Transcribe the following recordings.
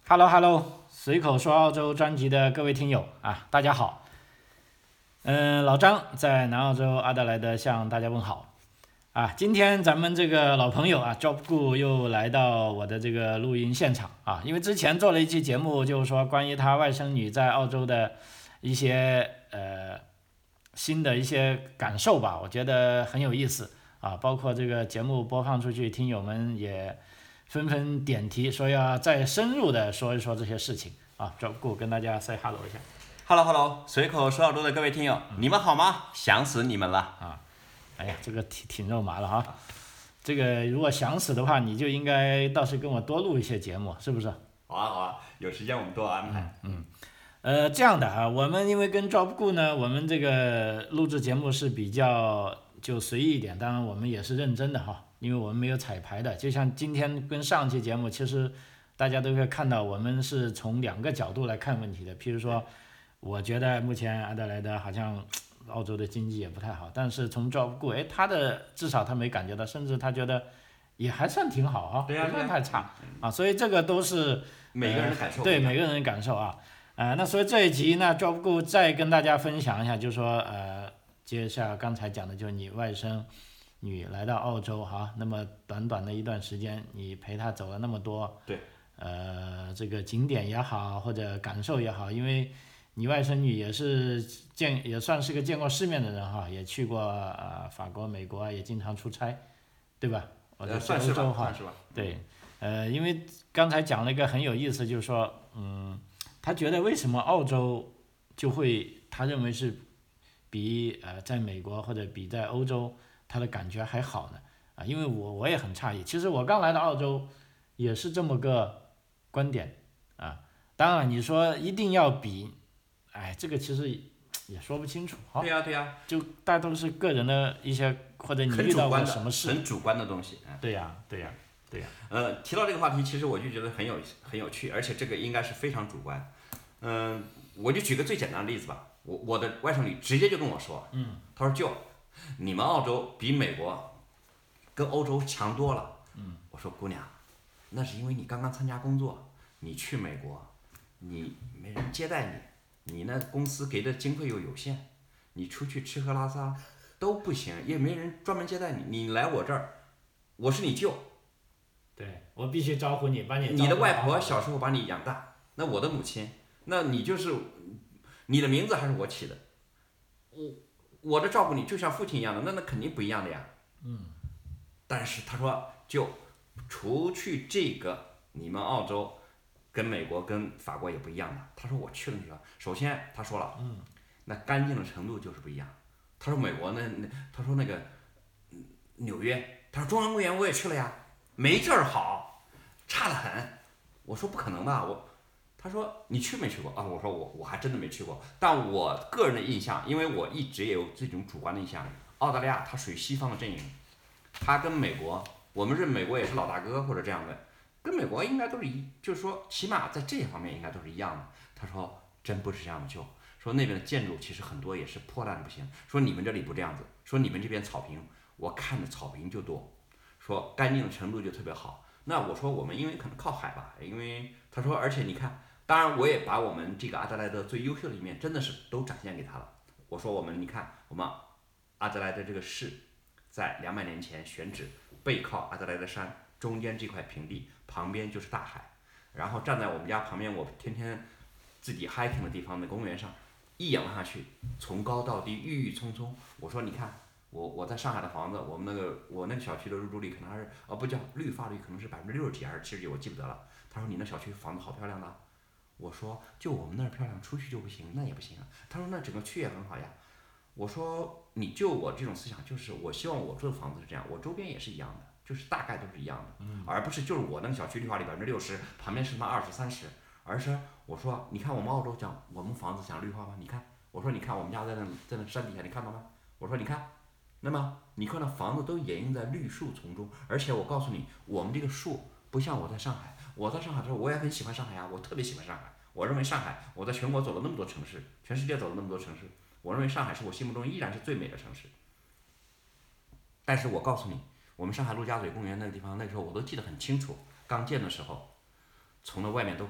Hello Hello，随口说澳洲专辑的各位听友啊，大家好。老张在南澳洲阿德莱德向大家问好啊。今天咱们这个老朋友啊，Job Gu 又来到我的这个录音现场啊，因为之前做了一期节目，就是说关于他外甥女在澳洲的一些新的一些感受吧，我觉得很有意思啊。包括这个节目播放出去，听友们也纷纷点题，说要再深入的说一说这些事情啊。Job Gu 跟大家 say hello 一下。 Hello Hello，随口说澳洲的各位听友，你们好吗？想死你们了啊！哎呀，这个挺肉麻了哈。这个如果想死的话，你就应该倒是跟我多录一些节目，是不是？ 好啊好啊，有时间我们多安排。 这样的啊，我们因为跟 Job Gu 呢，我们这个录制节目是比较就随意一点，当然我们也是认真的哈，因为我们没有彩排的。就像今天跟上期节目，其实大家都会看到，我们是从两个角度来看问题的。譬如说，我觉得目前阿德莱德好像澳洲的经济也不太好，但是从 Job Gu，哎，他的至少他没感觉到，甚至他觉得也还算挺好啊， 对呀不算太差啊，所以这个都是每个人的感受对每个人的感受啊。那所以这一集呢，Job Gu 再跟大家分享一下，就是说接下刚才讲的，就是你外甥女来到澳洲哈，那么短短的一段时间，你陪她走了那么多， 对， 这个景点也好，或者感受也好，因为你外甥女也算是个见过世面的人哈，也去过法国、美国啊，也经常出差，对吧？或者算是吧， 欧洲哈， 算是吧。 对，因为刚才讲了一个很有意思，就是说，他觉得为什么澳洲就会，他认为是比在美国或者比在欧洲他的感觉还好呢？因为我也很诧异，其实我刚来到澳洲也是这么个观点啊。当然你说一定要比，哎，这个其实也说不清楚。好， 对呀对呀， 就大都是个人的一些或者你很遇到过主观的， 什么事。 很主观的东西。 对呀，对呀，对呀。 提到这个话题，其实我就觉得很有趣，而且这个应该是非常主观。我就举个最简单的例子吧，我的外甥女直接就跟我说，她说舅，你们澳洲比美国跟欧洲强多了。我说姑娘，那是因为你刚刚参加工作，你去美国，你没人接待你，你那公司给的经费又有限，你出去吃喝拉撒都不行，也没人专门接待你，你来我这儿，我是你舅， 对，我必须招呼你，把你你的外招呼好婆小时候把你养大，那我的母亲，那你就是你的名字还是我起的，我的照顾你就像父亲一样的，那肯定不一样的呀。但是他说就除去这个，你们澳洲跟美国跟法国也不一样的。他说我去了那个，首先他说了，那干净的程度就是不一样。他说美国他说那个纽约，他说中央公园我也去了呀，没这儿好，差得很。我说不可能吧，他说你去没去过啊？我说我还真的没去过，但我个人的印象，因为我一直也有这种主观的印象，澳大利亚它属于西方的阵营，它跟美国，我们认美国也是老大哥或者这样的，跟美国应该都是就是说起码在这方面应该都是一样的。他说真不是这样的，就说那边的建筑其实很多也是破烂的不行，说你们这里不这样子，说你们这边草坪，我看的草坪就多，说干净的程度就特别好。那我说我们因为可能靠海吧，因为他说而且你看，当然我也把我们这个阿德莱德最优秀的一面真的是都展现给他了。我说我们你看我们阿德莱德这个市在200年前选址，背靠阿德莱德山，中间这块平地，旁边就是大海，然后站在我们家旁边，我天天自己 hiking 的地方的公园上，一眼望下去，从高到低，郁郁葱葱。我说你看，我在上海的房子，我那个小区的入住率可能还是不叫绿化率，可能是60%几还是70%几，我记不得了。他说你那小区房子好漂亮的。我说就我们那儿漂亮，出去就不行，那也不行啊。他说那整个区也很好呀。我说你就我这种思想，就是我希望我住的房子是这样，我周边也是一样的，就是大概都是一样的，而不是就是我那个小区绿化率60%，旁边是他妈20、30%，而是我说你看我们澳洲讲我们房子讲绿化吗？你看，我说你看我们家在那山底下，你看到吗？我说你看，那么你看那房子都掩映在绿树丛中，而且我告诉你，我们这个树不像我在上海，我在上海的时候我也很喜欢上海呀，我特别喜欢上海，我认为上海，我在全国走了那么多城市，全世界走了那么多城市。我认为上海是我心目中依然是最美的城市，但是我告诉你，我们上海陆家嘴公园那个地方，那个时候我都记得很清楚，刚建的时候，从那外面都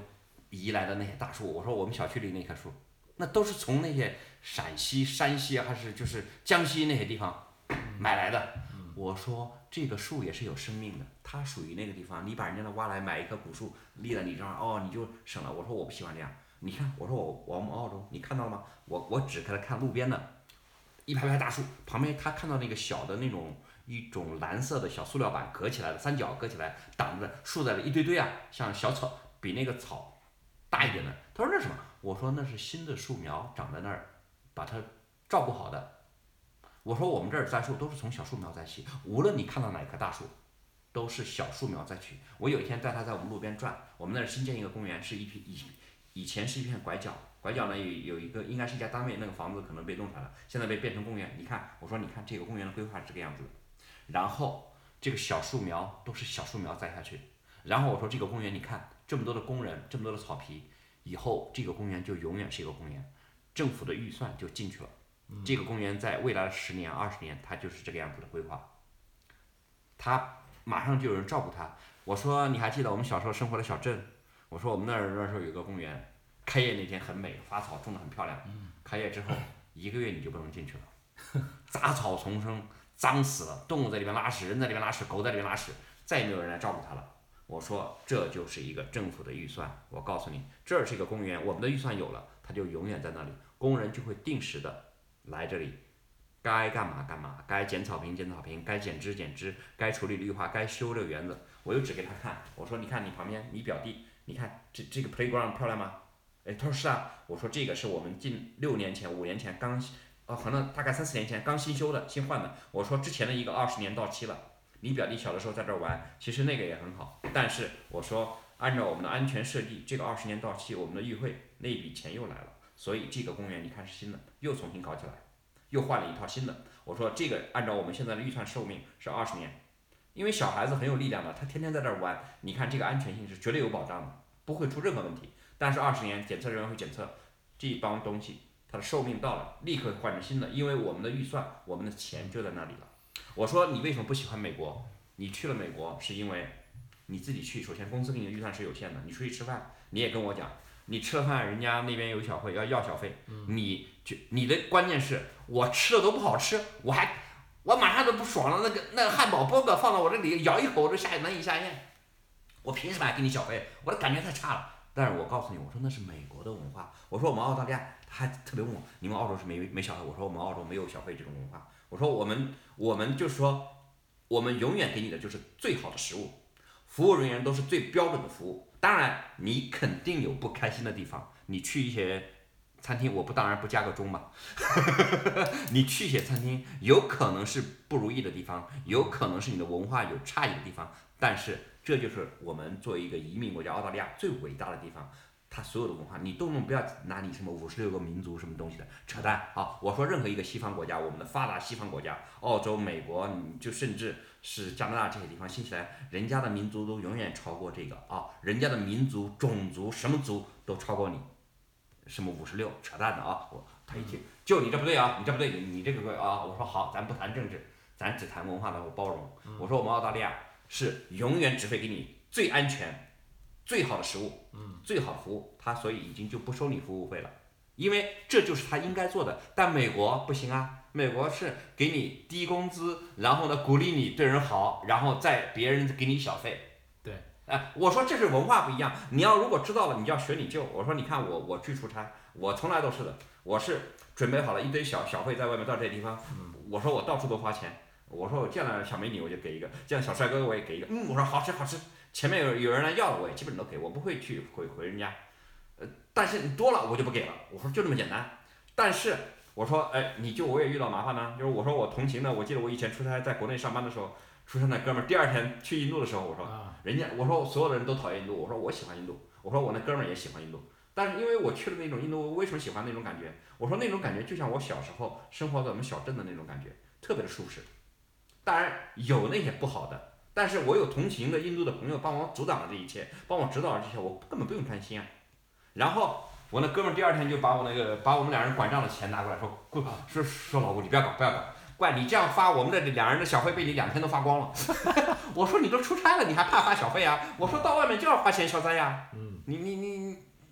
移来的那些大树，我说我们小区里那棵树，那都是从那些陕西、山西还是就是江西那些地方买来的。我说这个树也是有生命的，它属于那个地方，你把人家的挖来买一棵古树立在你这儿，哦，你就省了。我说我不喜欢这样，你看，我说我们澳洲，你看到了吗？我只给他看路边的一排排大树，旁边他看到那个小的那种一种蓝色的小塑料板隔起来的，三角隔起来挡着，竖在了一堆堆啊，像小草，比那个草大一点的。他说那是什么？我说那是新的树苗长在那儿，把它照顾好的。我说我们这儿栽树都是从小树苗栽起，无论你看到哪棵大树，都是小树苗栽起。我有一天带他在我们路边转，我们那儿新建一个公园，是以前是一片拐角，拐角呢有一个应该是一家单位，那个房子可能被弄出来了，现在被变成公园。你看，我说你看这个公园的规划是这个样子的，然后这个小树苗都是小树苗栽下去，然后我说这个公园你看这么多的工人，这么多的草皮，以后这个公园就永远是一个公园，政府的预算就进去了。这个公园在未来的10年、20年，它就是这个样子的规划。它马上就有人照顾它。我说你还记得我们小时候生活的小镇？我说我们那时候有个公园，开业那天很美，花草种得很漂亮。开业之后1个月你就不能进去了，杂草丛生，脏死了，动物在里面拉屎，人在里面拉屎，狗在里面拉屎，再也没有人来照顾它了。我说这就是一个政府的预算。我告诉你，这是一个公园，我们的预算有了，它就永远在那里，工人就会定时的来这里，该干嘛干嘛，该剪草坪剪草坪，该剪枝剪枝，该处理绿化，该修这个园子。我就指给他看，我说你看你旁边你表弟，你看这个 playground 漂亮吗？哎，他说是啊。我说这个是我们近6年前、5年前刚，可能大概3、4年前刚新修的、新换的。我说之前的一个20年到期了，你表弟小的时候在这儿玩，其实那个也很好。但是我说按照我们的安全设计，这个20年到期，我们的议会那笔钱又来了。所以这个公园你看是新的，又重新搞起来，又换了一套新的。我说这个按照我们现在的预算寿命是20年，因为小孩子很有力量的，他天天在这儿玩，你看这个安全性是绝对有保障的，不会出任何问题。但是20年检测人员会检测这一帮东西，它的寿命到了，立刻换成新的，因为我们的预算，我们的钱就在那里了。我说你为什么不喜欢美国？你去了美国是因为你自己去，首先公司给你的预算是有限的，你出去吃饭，你也跟我讲。你吃了饭，人家那边有小费，要小费，你的关键是我吃的都不好吃，我马上都不爽了，那个汉堡包子放到我这里，咬一口我就难以下咽，我凭什么还给你小费？我的感觉太差了。但是我告诉你，我说那是美国的文化。我说我们澳大利亚，他还特别问我，你们澳洲是没小费？我说我们澳洲没有小费这种文化。我说我们就是说，我们永远给你的就是最好的食物，服务人员都是最标准的服务。当然，你肯定有不开心的地方。你去一些餐厅，当然不加个钟吧。你去一些餐厅，有可能是不如意的地方，有可能是你的文化有差异的地方。但是这就是我们作为一个移民国家，澳大利亚最伟大的地方。它所有的文化，你动不动不要拿你什么56个民族什么东西的扯淡啊！我说任何一个西方国家，我们的发达西方国家，澳洲、美国，你就甚至是加拿大这些地方，新西兰，人家的民族都永远超过这个啊！人家的民族、种族什么族都超过你，什么56，扯淡的啊！他一听，就你这不对啊，你这不对，你这个啊！我说好，咱不谈政治，咱只谈文化的包容。我说我们澳大利亚是永远只会给你最安全、最好的食物，最好的服务，他所以已经就不收你服务费了，因为这就是他应该做的。但美国不行啊，美国是给你低工资，然后呢鼓励你对人好，然后再别人给你小费。 对， 我说这是文化不一样。你要如果知道了，你就要学你舅。我说你看我去出差，我从来都是的，我是准备好了一堆小费在外面到这地方，我说我到处都花钱。我说我见了小美女我就给一个，见了小帅哥我也给一个，我说好吃好吃。前面有人来要了，我也基本都给，我不会去回人家，但是你多了我就不给了。我说就这么简单。但是我说，你就我也遇到麻烦呢，就是我说我同行的，我记得我以前出差在国内上班的时候，出差那哥们儿第2天去印度的时候，我说我说所有的人都讨厌印度，我说我喜欢印度，我说我那哥们儿也喜欢印度，但是因为我去了那种印度，我为什么喜欢那种感觉？我说那种感觉就像我小时候生活在我们小镇的那种感觉，特别的舒适。当然有那些不好的。但是我有同行的印度的朋友帮我阻挡了这一切，帮我指导了这些，我根本不用担心啊。然后我那哥们儿第2天就把我们2人管账的钱拿过来，说老吴你不要搞，怪你这样发，我们这2人的小费被你2天都发光了。我说你都出差了，你还怕发小费啊？我说到外面就要花钱消灾呀。你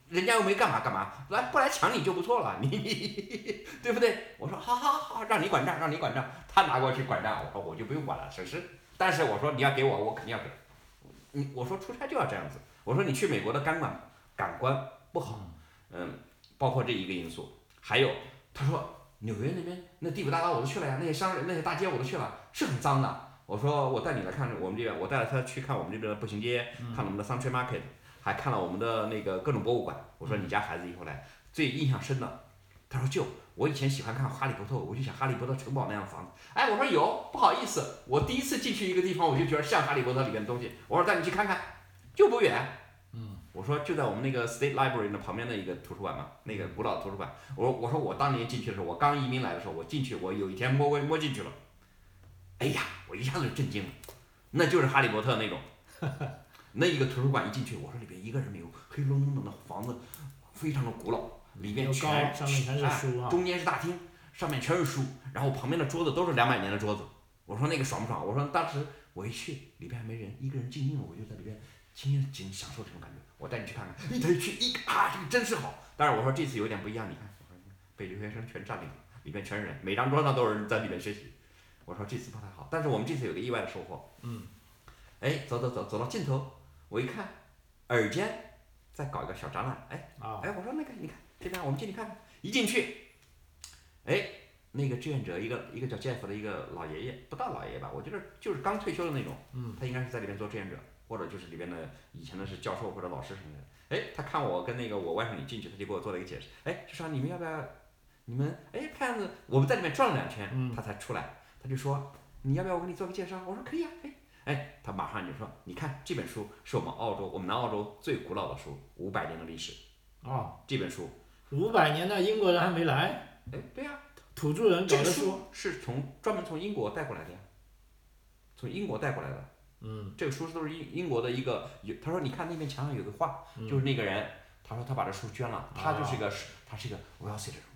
人家又没干嘛，不来抢你就不错了，你对不对？我说好，让你管账，他拿过去管账，我说我就不用管了，省事。但是我说你要给我肯定要给。我说出差就要这样子。我说你去美国的感官不好，包括这一个因素，还有他说纽约那边那第五大道我都去了呀，那些大街我都去了，是很脏的。我说我带你来看我们这边，我带他去看我们这边的步行街，看我们的 Century Market， 还看了我们的那个各种博物馆。我说你家孩子以后来最印象深的，他说舅，我以前喜欢看哈利波特，我就想哈利波特城堡那样的房子。哎，我说有，不好意思，我第一次进去一个地方，我就觉得像哈利波特里面的东西。我说带你去看看，就不远。我说就在我们那个 State Library 的旁边的一个图书馆嘛，那个古老的图书馆。我说我当年进去的时候，我刚移民来的时候，我进去，我有一天摸进去了，哎呀，我一下子就震惊了，那就是哈利波特那种。那一个图书馆一进去，我说里边一个人没有，黑隆隆的房子，非常的古老，里面上面全是书中间是大厅，上面全是书，然后旁边的桌子都是200年的桌子。我说那个爽不爽？我说当时我一去，里边还没人，一个人静静的，我就在里边轻轻享受这种感觉。我带你去看看，一去这个真是好。但是我说这次有点不一样，你看，我说被留学生全占领了，里面全是人，每张桌上都有人在里面学习。我说这次不太好，但是我们这次有个意外的收获。哎，走到尽头，我一看，耳尖在搞一个小展览。我说那个你看这边我们进去看看。一进去，哎，那个志愿者一个叫 Jeff 的一个老爷爷，不到老爷爷吧，我觉得就是刚退休的那种。他应该是在里面做志愿者，或者就是里边的以前的是教授或者老师什么的。哎，他看我跟那个我外甥女进去，他就给我做了一个解释。哎，就说你们要不要？你们看样子我们在里面转了2圈，他才出来。他就说你要不要我给你做个介绍？我说可以啊，他马上就说你看这本书是我们南澳洲最古老的书，500年的历史。这本书 500年的英国人还没来。 对呀， 土著人搞的书是专门从英国带过来的呀，从英国带过来的。这个书都是英国的一个。他说你看那面墙上有个画，就是那个人。他说他把这书捐了，他是一个 wealthy 的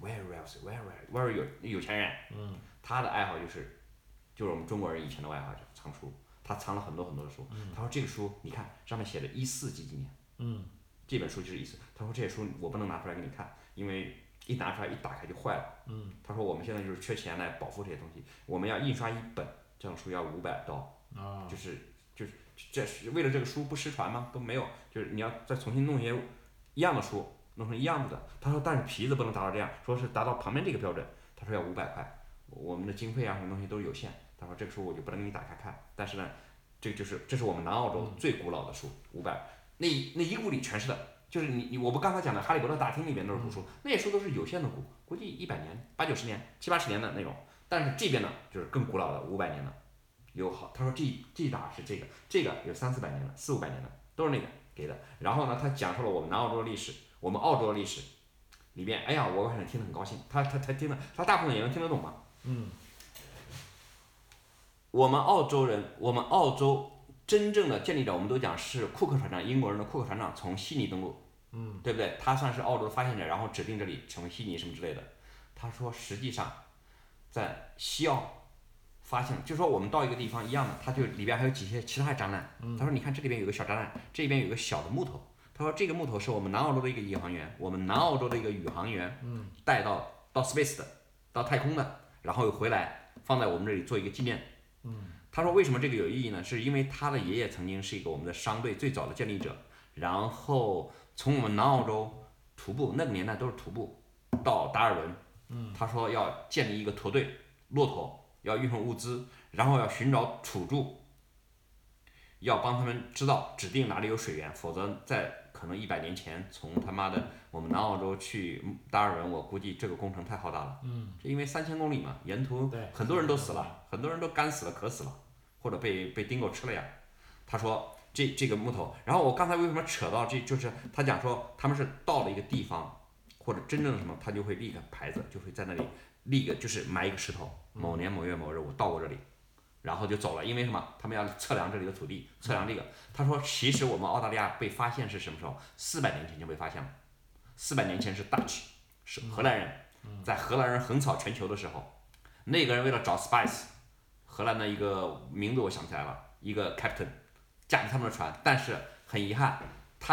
very 有钱人。他的爱好就是我们中国人以前的爱好，藏书。他藏了很多很多的书。他说这个书你看上面写的14几年。这本书就是14。他说这些书我不能拿出来给你看，因为一拿出来一打开就坏了。他说我们现在就是缺钱来保护这些东西，我们要印刷一本这种书要$500。这是为了这个书不失传吗？都没有，就是你要再重新弄一些一样的书，弄成一样子的。他说但是皮子不能达到这样，说是达到旁边这个标准。他说要500块，我们的经费啊什么东西都是有限。他说这个书我就不能给你打开看，但是呢，这是我们南澳洲最古老的书，500。那一屋里全是的，就是我不刚才讲的哈利波特大厅里面都是古书，那些书都是有限的古，估计100年、80-90年、70-80年的那种。但是这边呢就是更古老的500年的。他说这打是这个有300-400年的，400-500年的都是那个给的。然后呢，他讲述了我们南澳洲的历史，我们澳洲的历史里边，哎呀，我外甥听得很高兴，他听得，他大部分也能听得懂嘛。我们澳洲真正的建立者，我们都讲是库克船长，英国人的库克船长从悉尼登陆，对不对？他算是澳洲的发现者，然后指定这里成为悉尼什么之类的。他说实际上在西澳发现，就说我们到一个地方一样的，它就里边还有几些其他的展览。他说你看这里边有个小展览，这边有个小的木头。他说这个木头是我们南澳洲的一个宇航员，我们南澳洲的一个宇航员带到 space 的，到太空的，然后又回来放在我们这里做一个纪念。他说为什么这个有意义呢？是因为他的爷爷曾经是一个我们的商队最早的建立者，然后从我们南澳洲徒步，那个年代都是徒步到达尔文。他说要建立一个驼队，骆驼要运送物资，然后要寻找土著，要帮他们指定哪里有水源，否则在可能100年前从他妈的我们南澳洲去达尔文，我估计这个工程太浩大了。因为3000公里嘛，沿途很多人都死了，很多人都干死了、渴死了，或者被丁狗吃了呀。他说这个木头，然后我刚才为什么扯到这，就是他讲说他们是到了一个地方，或者真正的什么，他就会立个牌子，就会在那里立个，就是埋一个石头，某年某月某日我到过这里，然后就走了。因为什么？他们要测量这里的土地，测量这个。他说其实我们澳大利亚被发现是什么时候？400年前就被发现了。400年前是 Dutch， 是荷兰人，在荷兰人横扫全球的时候，那个人为了找 spice， 荷兰的一个名字我想不起来了，一个 captain 驾着他们的船，但是很遗憾，他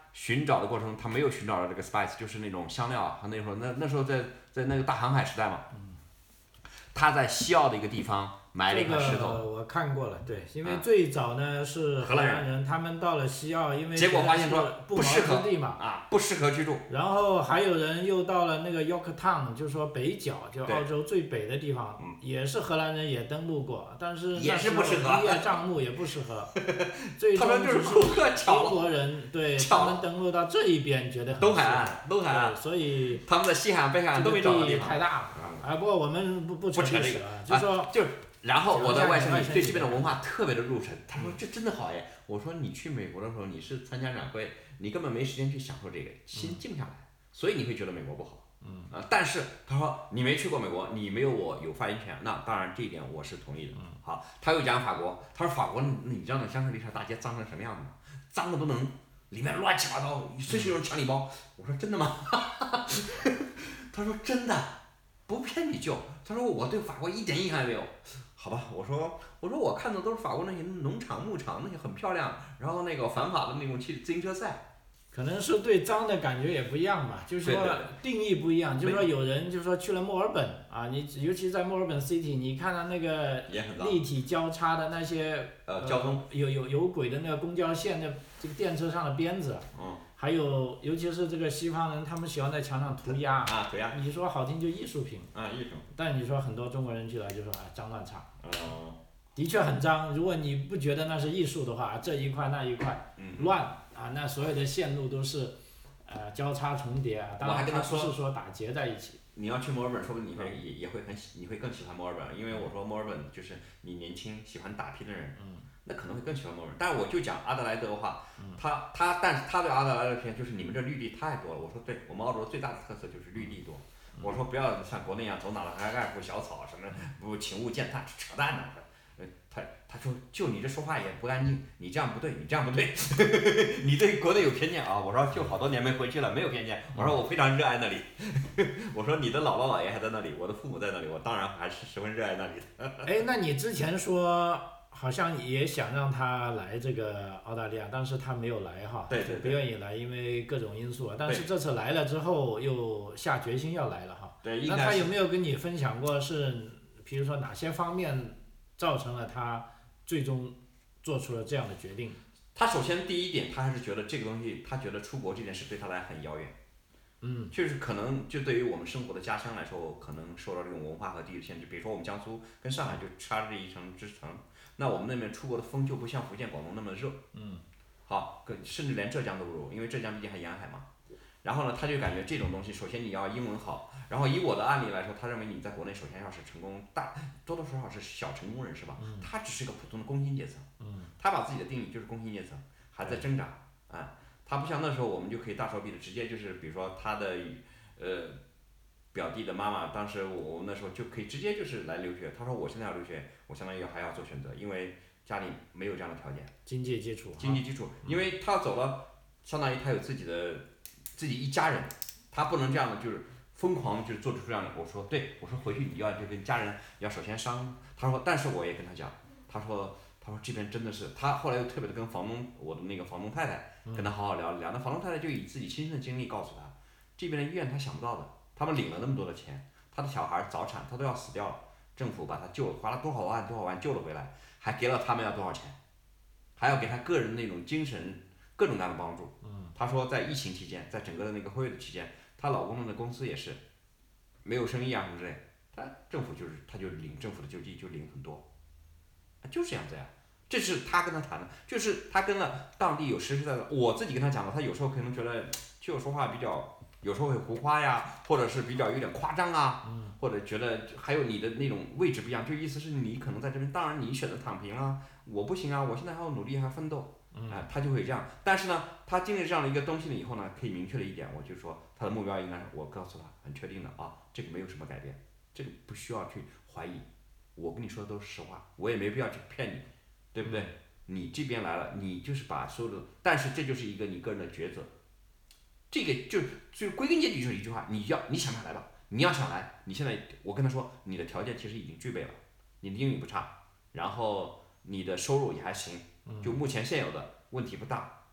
寻找的过程中，他没有寻找到这个 spice， 就是那种香料啊。他那时候在那个大航海时代嘛，他在西澳的一个地方埋了一块石头。 我看过了，对，因为最早呢是荷兰人，他们到了西澳，因为结果发现说不适合地嘛，不适合居住。 然后还有人又到了那个 Yorktown， 就是说北角，就澳洲最北的地方，也是荷兰人也登陆过，但是也是不适合， 一叶障目也不适合。最终就是英国人对他们登陆到这一边觉得很东海岸， 所以他们在西海岸、北海岸都没找到地方， 太大了。不过我们不扯历史啊，就说然后我的外甥女对这边的文化特别的入神，她说这真的好耶。我说你去美国的时候你是参加展会，你根本没时间去享受这个，心静不下来，所以你会觉得美国不好。但是他说你没去过美国，你没有我有发言权，那当然这一点我是同意的。好，他又讲法国，他说法国你知道那香榭丽舍大街脏成什么样子吗？脏的都能里面乱七八糟，随时有人抢礼包。我说真的吗？他说真的，不骗你就。他说我对法国一点印象也没有。好吧，我说我看的都是法国那些农场牧场那些很漂亮，然后那个反法的那种自行车赛。 可能是对脏的感觉也不一样吧，就是说定义不一样，就是说有人就是说去了墨尔本啊，你尤其在墨尔本 City， 你看到那个立体交叉的那些交通有轨的那个公交线的这个电车上的鞭子，还有尤其是这个西方人，他们喜欢在墙上涂鸦涂鸦， 你说好听就艺术品艺术， 但你说很多中国人去了就说脏乱差，的确很脏，如果你不觉得那是艺术的话，这一块那一块乱。那所有的线路都是，交叉重叠啊，当然它不是说打结在一起。 你要去墨尔本，说不定你会更喜欢墨尔本，因为我说墨尔本就是你年轻喜欢打拼的人，那可能会更喜欢墨尔本。但是我就讲阿德莱德的话，但是他对阿德莱德的偏就是你们这绿地太多了。我说对，我们澳洲最大的特色就是绿地多。我说不要像国内一样走哪了还爱护小草什么不勤务践踏，扯淡呢。他说就你这说话也不干净，你这样不对，你这样不对，你对国内有偏见啊！我说就好多年没回去了，没有偏见。我说我非常热爱那里，我说你的姥姥姥爷还在那里，我的父母在那里，我当然还是十分热爱那里的。 那你之前说好像也想让他来这个澳大利亚，但是他没有来哈， 对， 不愿意来，因为各种因素啊。但是这次来了之后又下决心要来了哈。 对， 那他有没有跟你分享过是，比如说哪些方面造成了他最终做出了这样的决定？ 他首先第一点，他还是觉得这个东西，他觉得出国这件事对他来很遥远。就是可能就对于我们生活的家乡来说，可能受到这种文化和地域限制。比如说我们江苏跟上海就差着一层之层，那我们那边出国的风就不像福建、广东那么热。好，甚至连浙江都不如，因为浙江毕竟还沿海嘛。然后呢，他就感觉这种东西，首先你要英文好，然后以我的案例来说，他认为你在国内首先要是成功，多多少少是小成功人士吧，他只是个普通的工薪阶层，他把自己的定义就是工薪阶层，还在挣扎，他不像那时候我们就可以大手笔的直接就是比如说他的表弟的妈妈，当时我那时候就可以直接就是来留学，他说我现在要留学，我相当于还要做选择，因为家里没有这样的条件， 经济基础， 因为他走了，相当于他有自己一家人，他不能这样的就是疯狂就是做出这样的。我说对，我说回去你要就跟家人要首先商。他说，但是我也跟他讲，他说这边真的是，他后来又特别的跟我的那个房东太太跟他好好聊，那房东太太就以自己亲身的经历告诉他，这边的医院他想不到的，他们领了那么多的钱，他的小孩早产他都要死掉了，政府把他救了，花了多少万救了回来，还给了他们要多少钱，还要给他个人那种精神各种各样的帮助。他说在疫情期间，在整个的那个会的期间，她老公的公司也是没有生意啊什么之类，他就领政府的救济就领很多，就是这样子呀。这是他跟他谈的，就是他跟了当地有实实在在。我自己跟他讲了，他有时候可能觉得就说话比较，有时候会胡夸呀，或者是比较有点夸张啊，或者觉得还有你的那种位置不一样，就意思是你可能在这边，当然你选择躺平啊，我不行啊，我现在还要努力还要奋斗。他就会这样，但是呢，他经历这样的一个东西了以后呢，可以明确了一点，我就说他的目标应该是，我告诉他很确定的啊，这个没有什么改变，这个不需要去怀疑，我跟你说的都是实话，我也没必要去骗你，对不对？你这边来了，你就是把所有的，但是这就是一个你个人的抉择，这个就归根结底就是一句话，你想不想来吧？你要想来，你现在我跟他说，你的条件其实已经具备了，你的英语不差，然后你的收入也还行。就目前现有的问题不大，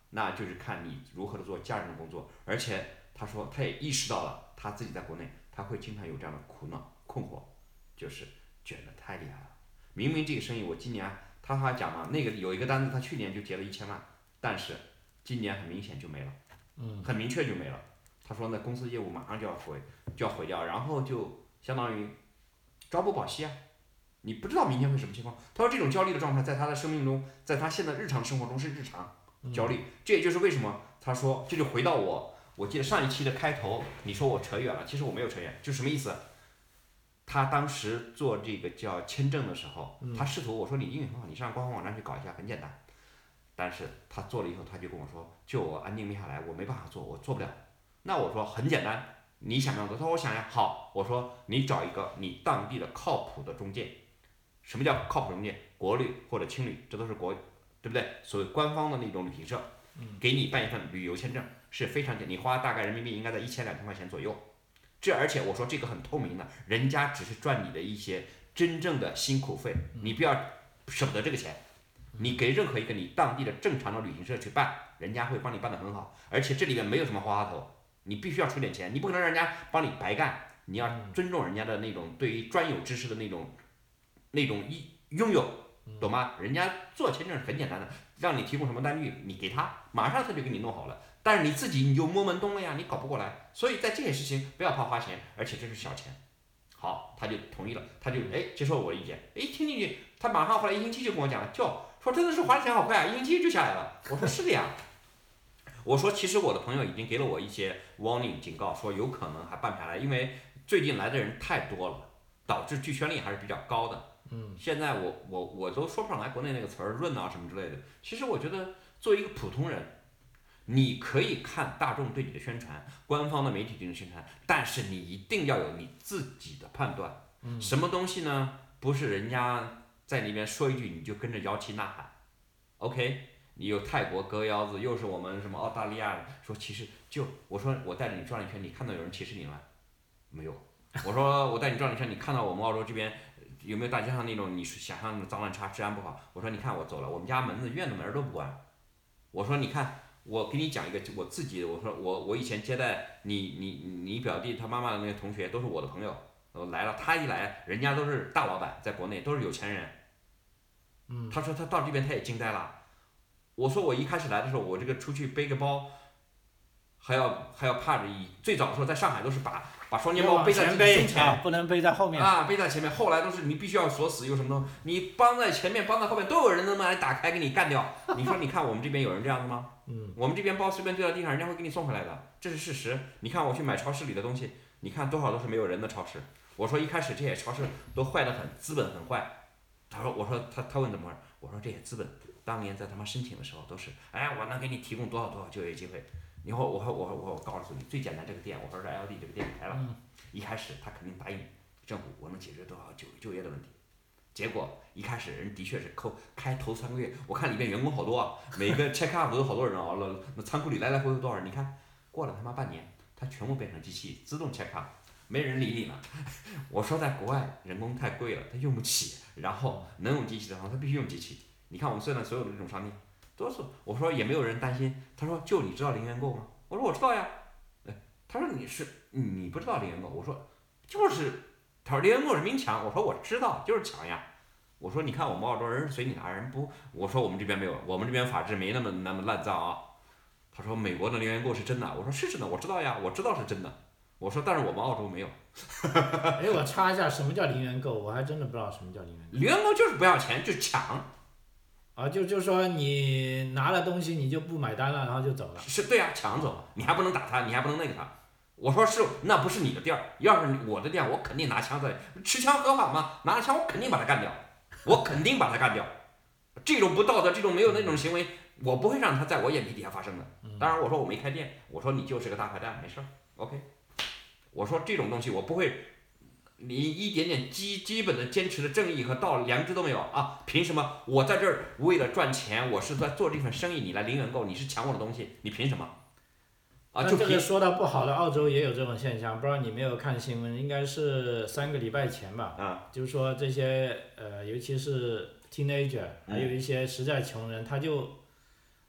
那就是看你如何的做家人的工作。而且他说他也意识到了他自己在国内他会经常有这样的苦恼困惑，就是卷得太厉害了。明明这个生意我今年他还讲嘛，那个有一个单子他去年就结了1000万，但是今年很明显就没了，很明确就没了。他说那公司业务马上就要毁掉，然后就相当于朝不保夕啊，你不知道明天会什么情况。他说这种焦虑的状态在他的生命中，在他现在日常生活中是日常焦虑，这也就是为什么他说这就回到我记得上一期的开头，你说我扯远了，其实我没有扯远，就什么意思？他当时做这个叫签证的时候，他试图我说你英语很好，你上官方网站去搞一下，很简单。但是他做了以后，他就跟我说，就我安定没下来，我没办法做，我做不了。那我说很简单，你想不想做？他说我想呀。好，我说你找一个你当地的靠谱的中介。什么叫靠谱中介？国旅或者青旅，这都是对不对？所谓官方的那种旅行社，给你办一份旅游签证是非常简单，你花大概人民币应该在1000-2000块钱左右。而且我说这个很透明的，人家只是赚你的一些真正的辛苦费，你不要舍不得这个钱。你给任何一个你当地的正常的旅行社去办，人家会帮你办得很好，而且这里面没有什么花头，你必须要出点钱，你不可能让人家帮你白干，你要尊重人家的那种对于专有知识的那种拥有，懂吗？人家做签证很简单的，让你提供什么单据，你给他，马上他就给你弄好了。但是你自己你就摸门东了呀，你搞不过来，所以在这件事情不要怕花钱，而且这是小钱。好，他就同意了，他就接受我的意见，听进去，他马上后来1星期就跟我讲了，说真的是花钱好快啊，1星期就下来了。我说是的呀，我说其实我的朋友已经给了我一些 warning 警告，说有可能还办不下来，因为最近来的人太多了，导致拒签率还是比较高的。现在我都说不上来国内那个词儿润啊什么之类的。其实我觉得作为一个普通人，你可以看大众对你的宣传，官方的媒体对你的宣传，但是你一定要有你自己的判断。什么东西呢？不是人家在那边说一句你就跟着摇旗呐喊。OK， 你有泰国歌腰子，又是我们什么澳大利亚说歧视，我说我带着你转了一圈，你看到有人歧视你了吗？没有。我说我带你转了一圈，你看到我们澳洲这边有没有大街上那种你想象的脏乱差、治安不好？我说你看我走了，我们家门子院子门都不关。我说你看。我给你讲一个我自己的，我说我以前接待你表弟他妈妈的那些同学都是我的朋友，来了，他一来，人家都是大老板，在国内都是有钱人。他说他到这边他也惊呆了。我说我一开始来的时候，我这个出去背个包，还要怕着最早的时候在上海都是把双肩包背在自己胸前， 不能背在后面啊，背在前面。后来都是你必须要锁死，有什么东西，你绑在前面，绑在后面，都有人能把你打开给你干掉。你说你看我们这边有人这样子吗？我们这边包随便丢在地上，人家会给你送回来的，这是事实。你看我去买超市里的东西，你看多少都是没有人的超市。我说一开始这些超市都坏得很，资本很坏。我说他问怎么回事？我说这些资本当年在他妈申请的时候都是，我能给你提供多少就业机会。以后我告诉你，最简单这个店，我说是 LD 这个店开了，一开始他肯定答应政府我能解决多少就业的问题。结果一开始人的确是开头3个月，我看里面员工好多啊，每个 check up 都有好多人啊，那仓库里来来回回多少人？你看过了他妈半年，他全部变成机器自动 check up， 没人理你了。我说在国外人工太贵了，他用不起，然后能用机器的话，他必须用机器。你看我们现在所有的这种商店，都是我说也没有人担心。他说就你知道零元购吗？我说我知道呀。他说你不知道零元购？我说就是。他说零元购是明抢，我说我知道，就是抢呀。我说你看我们澳洲人随你拿，人不，我说我们这边没有，我们这边法制没那么烂脏啊。他说美国的零元购是真的，我说是真的，我知道呀，我知道是真的。我说但是我们澳洲没有。 我插一下，什么叫零元购？我还真的不知道什么叫零元购。 零元购就是不要钱，就是抢。 啊，就说你拿了东西你就不买单了，然后就走了。 是对呀，抢走，你还不能打他，你还不能那个他。我说是，那不是你的店儿，要是我的店，我肯定拿枪在，持枪合法吗？拿着枪我肯定把他干掉，我肯定把他干掉。这种不道德，这种没有那种行为，我不会让他在我眼皮底下发生的。当然我说我没开店，我说你就是个大坏蛋，没事儿 ，OK。我说这种东西我不会，你一点点基本的坚持的正义和良知都没有啊？凭什么我在这儿为了赚钱，我是在做这份生意，你来零元购，你是抢我的东西，你凭什么？ 这个说到不好的，澳洲也有这种现象，不知道你没有看新闻，应该是3个礼拜前吧。就是说这些尤其是 teenager，还有一些实在穷人，他就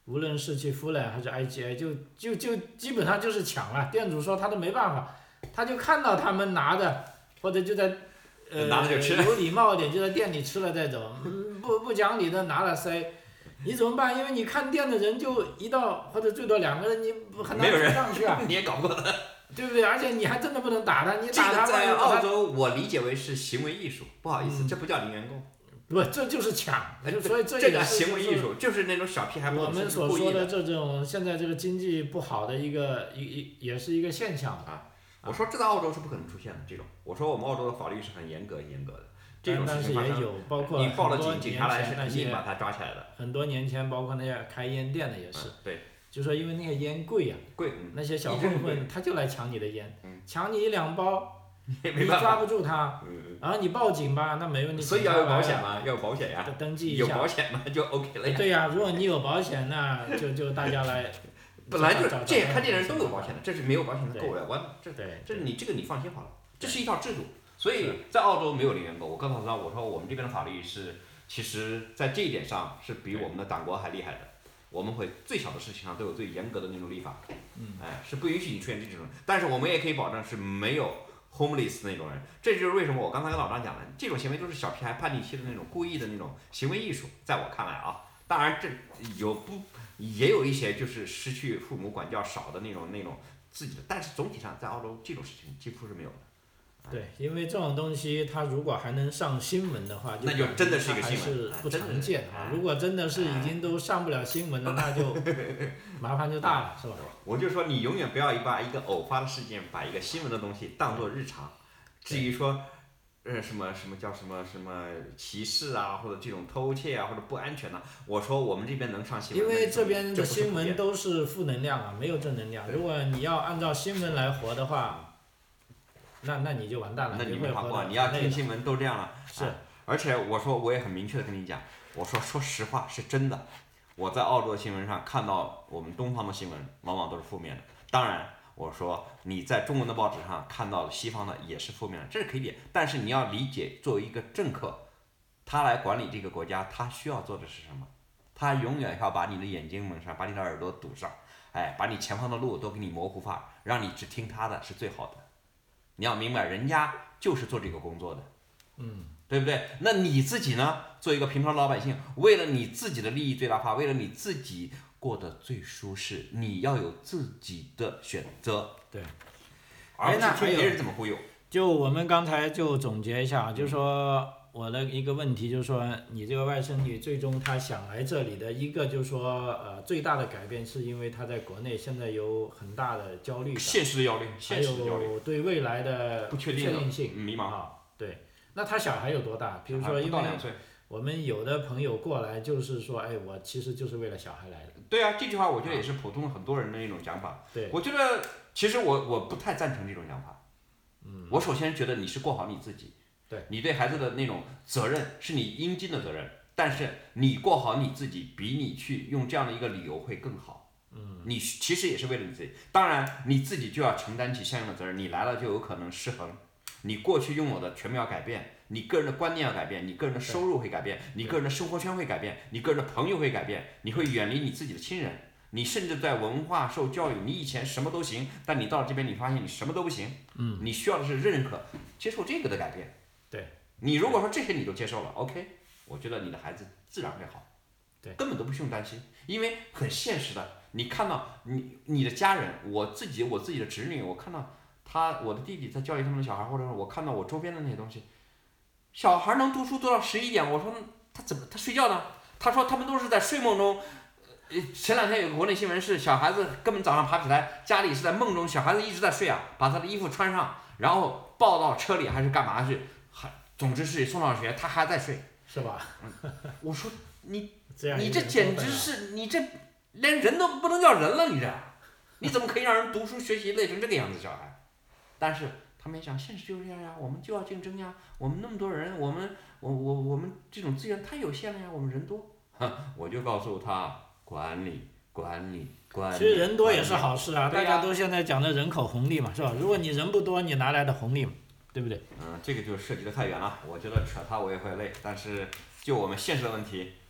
无论是去夫人还是 IGA，就基本上就是抢了。店主说他都没办法，他就看到他们拿着，或者就在拿着就吃有礼貌一点就在店里吃了再走，不讲理的拿了塞，你怎么办？因为你看店的人就一到或者最多2个人，你很难追上去啊。 你也搞不过他， 对不对？而且你还真的不能打他，你这打他个在澳洲我理解为是行为艺术，不好意思，这不叫零元购。 不，这就是抢，所以这个行为艺术就是那种小屁孩不我懂事们所说故意的。 这种现在这个经济不好的也是一个现象啊。我说这在澳洲是不可能出现的这种，我说我们澳洲的法律是很严格的，这种事情发生， 包括你报了警，警察来是肯定把他抓起来的。 很多年前，包括那些开烟店的也是， 对， 就说因为那些烟贵呀，那些小混混他就来抢你的烟，抢你1-2包。你抓不住他，然后你报警吧，那没问题。 所以要有保险嘛，要有保险呀。 登记一下。 有保险嘛就 OK 了呀。 对呀，如果你有保险，那就大家来。 本来就这些开店的人都有保险的，这是没有保险的够了，这你这个你放心好了，这是一套制度。所以在澳洲没有零元购。我告诉他，我说我们这边的法律是，其实在这一点上是比我们的党国还厉害的。我们会最小的事情上都有最严格的那种立法，是不允许你出现这种，但是我们也可以保证是没有。homeless 那种人，这就是为什么我刚才跟老张讲的，这种行为都是小屁孩叛逆期的那种故意的那种行为艺术，在我看来啊，当然这也有一些就是失去父母管教少的那种自己的，但是总体上在澳洲这种事情几乎是没有的。 对，因为这种东西它如果还能上新闻的话， 那就真的是一个新闻， 是不常见啊。如果真的是已经都上不了新闻了，那就麻烦就大了，是吧？ 我就说你永远不要把一个偶发的事件，把一个新闻的东西当作日常。至于说，什么叫什么歧视啊，或者这种偷窃啊，或者不安全啊，我说我们这边能上新闻， 因为这边的新闻都是负能量啊，没有正能量。如果你要按照新闻来活的话，那你就完蛋了。 那你没法过，你要听新闻都这样了。 是， 而且我说我也很明确的跟你讲，我说实话是真的。我在澳洲的新闻上看到我们东方的新闻，往往都是负面的。当然，我说你在中文的报纸上看到西方的也是负面的，这是可以理解。但是你要理解，作为一个政客，他来管理这个国家，他需要做的是什么？他永远要把你的眼睛蒙上，把你的耳朵堵上，把你前方的路都给你模糊化，让你只听他的是最好的。你要明白，人家就是做这个工作的，对不对？那你自己呢？做一个平常老百姓，为了你自己的利益最大化，为了你自己过得最舒适，你要有自己的选择。 对， 而不是听别人怎么忽悠。 就我们刚才就总结一下，就是说我的一个问题，就是说你这个外甥女最终她想来这里的一个，就是说最大的改变是因为她在国内现在有很大的焦虑感， 现实的焦虑， 还有对未来的不确定性， 迷茫。 对，那他小孩有多大？比如说，因为我们有的朋友过来就是说，我其实就是为了小孩来的。 对啊，这句话我觉得也是普通很多人的一种讲法。 对， 我觉得其实我不太赞成这种讲法。我首先觉得你是过好你自己， 对， 你对孩子的那种责任是你应尽的责任，但是你过好你自己，比你去用这样的一个理由会更好。你其实也是为了你自己，当然你自己就要承担起相应的责任。你来了就有可能失衡，你过去拥有的全部要改变，你个人的观念要改变，你个人的收入会改变，你个人的生活圈会改变，你个人的朋友会改变，你会远离你自己的亲人，你甚至在文化受教育，你以前什么都行，但你到了这边你发现你什么都不行。你需要的是认可，接受这个的改变。 对， 你如果说这些你都接受了 ，OK， 我觉得你的孩子自然会好。 对， 根本都不用担心，因为很现实的，你看到你的家人，我自己的侄女，我看到我的弟弟在教育他们的小孩，或者我看到我周边的那些东西，小孩能读书读到11点，我说他睡觉呢？他说他们都是在睡梦中。前2天有个国内新闻是小孩子根本早上爬不起来，家里是在梦中，小孩子一直在睡啊，把他的衣服穿上，然后抱到车里还是干嘛去，总之是送上学，他还在睡， 是吧？ 我说你这这简直是你这连人都不能叫人了，你怎么可以让人读书学习累成这个样子小孩？但是他们想现实就是这样呀，我们就要竞争呀，我们那么多人，我们这种资源太有限了呀，我们人多，我就告诉他管理。 其实人多也是好事啊，大家都现在讲的人口红利嘛，是吧？如果你人不多，你哪来的红利嘛？对不对？ 这个就涉及的太远了，我觉得扯它我也会累，但是就我们现实的问题，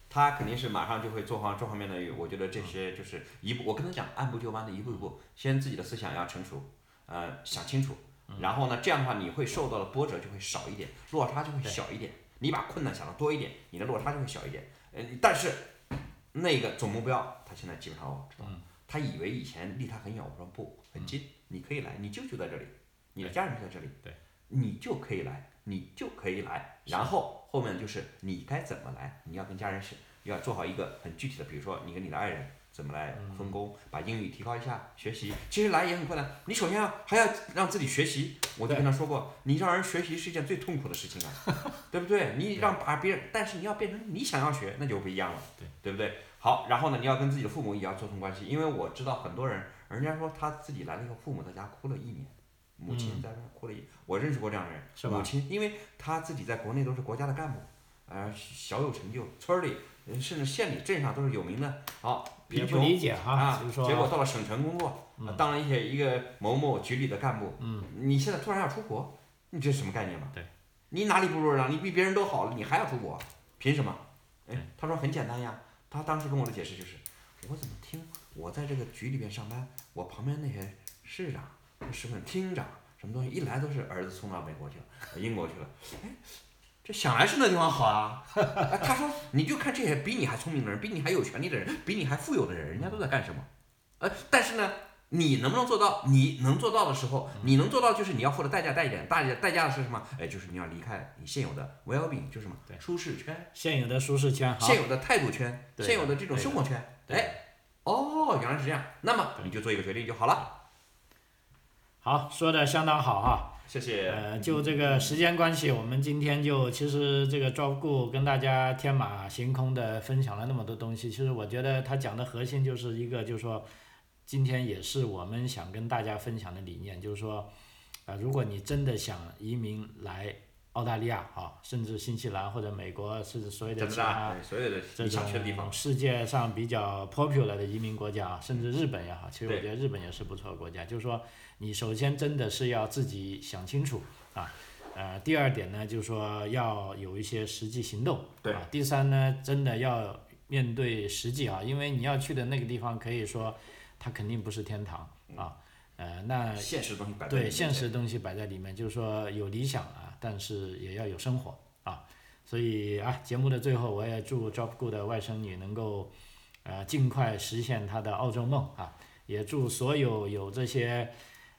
他肯定是马上就会做好这方面的。我觉得这些就是我跟他讲，按部就班的一步一步，先自己的思想要成熟，想清楚，然后呢，这样的话你会受到的波折就会少一点，落差就会小一点。你把困难想的多一点，你的落差就会小一点。但是那个总目标，他现在基本上我知道，他以为以前离他很远，我说不，很近，你可以来，你就在这里，你的家人就在这里， 对， 你就可以来，你就可以来。然后后面就是你该怎么来，你要跟家人要做好一个很具体的，比如说你跟你的爱人怎么来分工，把英语提高一下，学习。其实来也很困难，你首先还要让自己学习。我就跟他说过，你让人学习是一件最痛苦的事情啊，对不对？你把别人，但是你要变成你想要学，那就不一样了，对不对？好，然后呢，你要跟自己的父母也要做通关系，因为我知道很多人，人家说他自己来了以后，父母在家哭了1年。母亲在那哭了我认识过这样的人，母亲，因为他自己在国内都是国家的干部，小有成就，村里甚至县里镇上都是有名的，贫穷不理解哈， 结果到了省城工作，当了一个某某局里的干部，你现在突然要出国，你这是什么概念嘛？ 对， 你哪里不如人啊？你比别人都好了，你还要出国，凭什么？他说很简单呀，他当时跟我的解释就是，我怎么听我在这个局里边上班，我旁边那些市长。是份厅长，什么东西一来都是儿子送到美国去了，英国去了，这想来是那地方好啊。他说你就看这些比你还聪明的人，比你还有权利的人，比你还富有的人，人家都在干什么？但是呢，你能不能做到？你能做到的时候，你能做到就是你要付的代价大一点，代价是什么？就是你要离开你现有的 well-being， 就是什么？舒适圈， 现有的舒适圈， 现有的态度圈，现有的这种生活圈。原来是这样，那么你就做一个决定就好了。 好，说的相当好哈， 谢谢。 就这个时间关系，我们今天其实这个 Job 跟大家天马行空的分享了那么多东西。其实我觉得他讲的核心就是一个，就是说，今天也是我们想跟大家分享的理念，就是说，如果你真的想移民来澳大利亚甚至新西兰或者美国，甚至所有的其他这种世界上比较 popular 的移民国家甚至日本也好，其实我觉得日本也是不错的国家。就是说，你首先真的是要自己想清楚第二点呢，就是说要有一些实际行动第三呢，真的要面对实际因为你要去的那个地方，可以说它肯定不是天堂那现实的东西摆在对现实的东西摆在里面，就是说有理想但是也要有生活所以节目的最后，我也祝 Job Good 的外甥女能够尽快实现她的澳洲梦也祝所有这些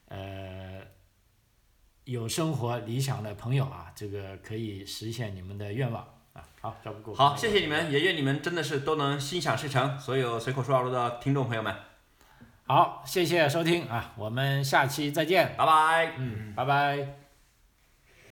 有生活理想的朋友这个可以实现你们的愿望好 Job Good 好，谢谢你们，也愿你们真的是都能心想事成，所有随口说澳洲的听众朋友们。 好，谢谢收听我们下期再见， 拜拜。 拜拜。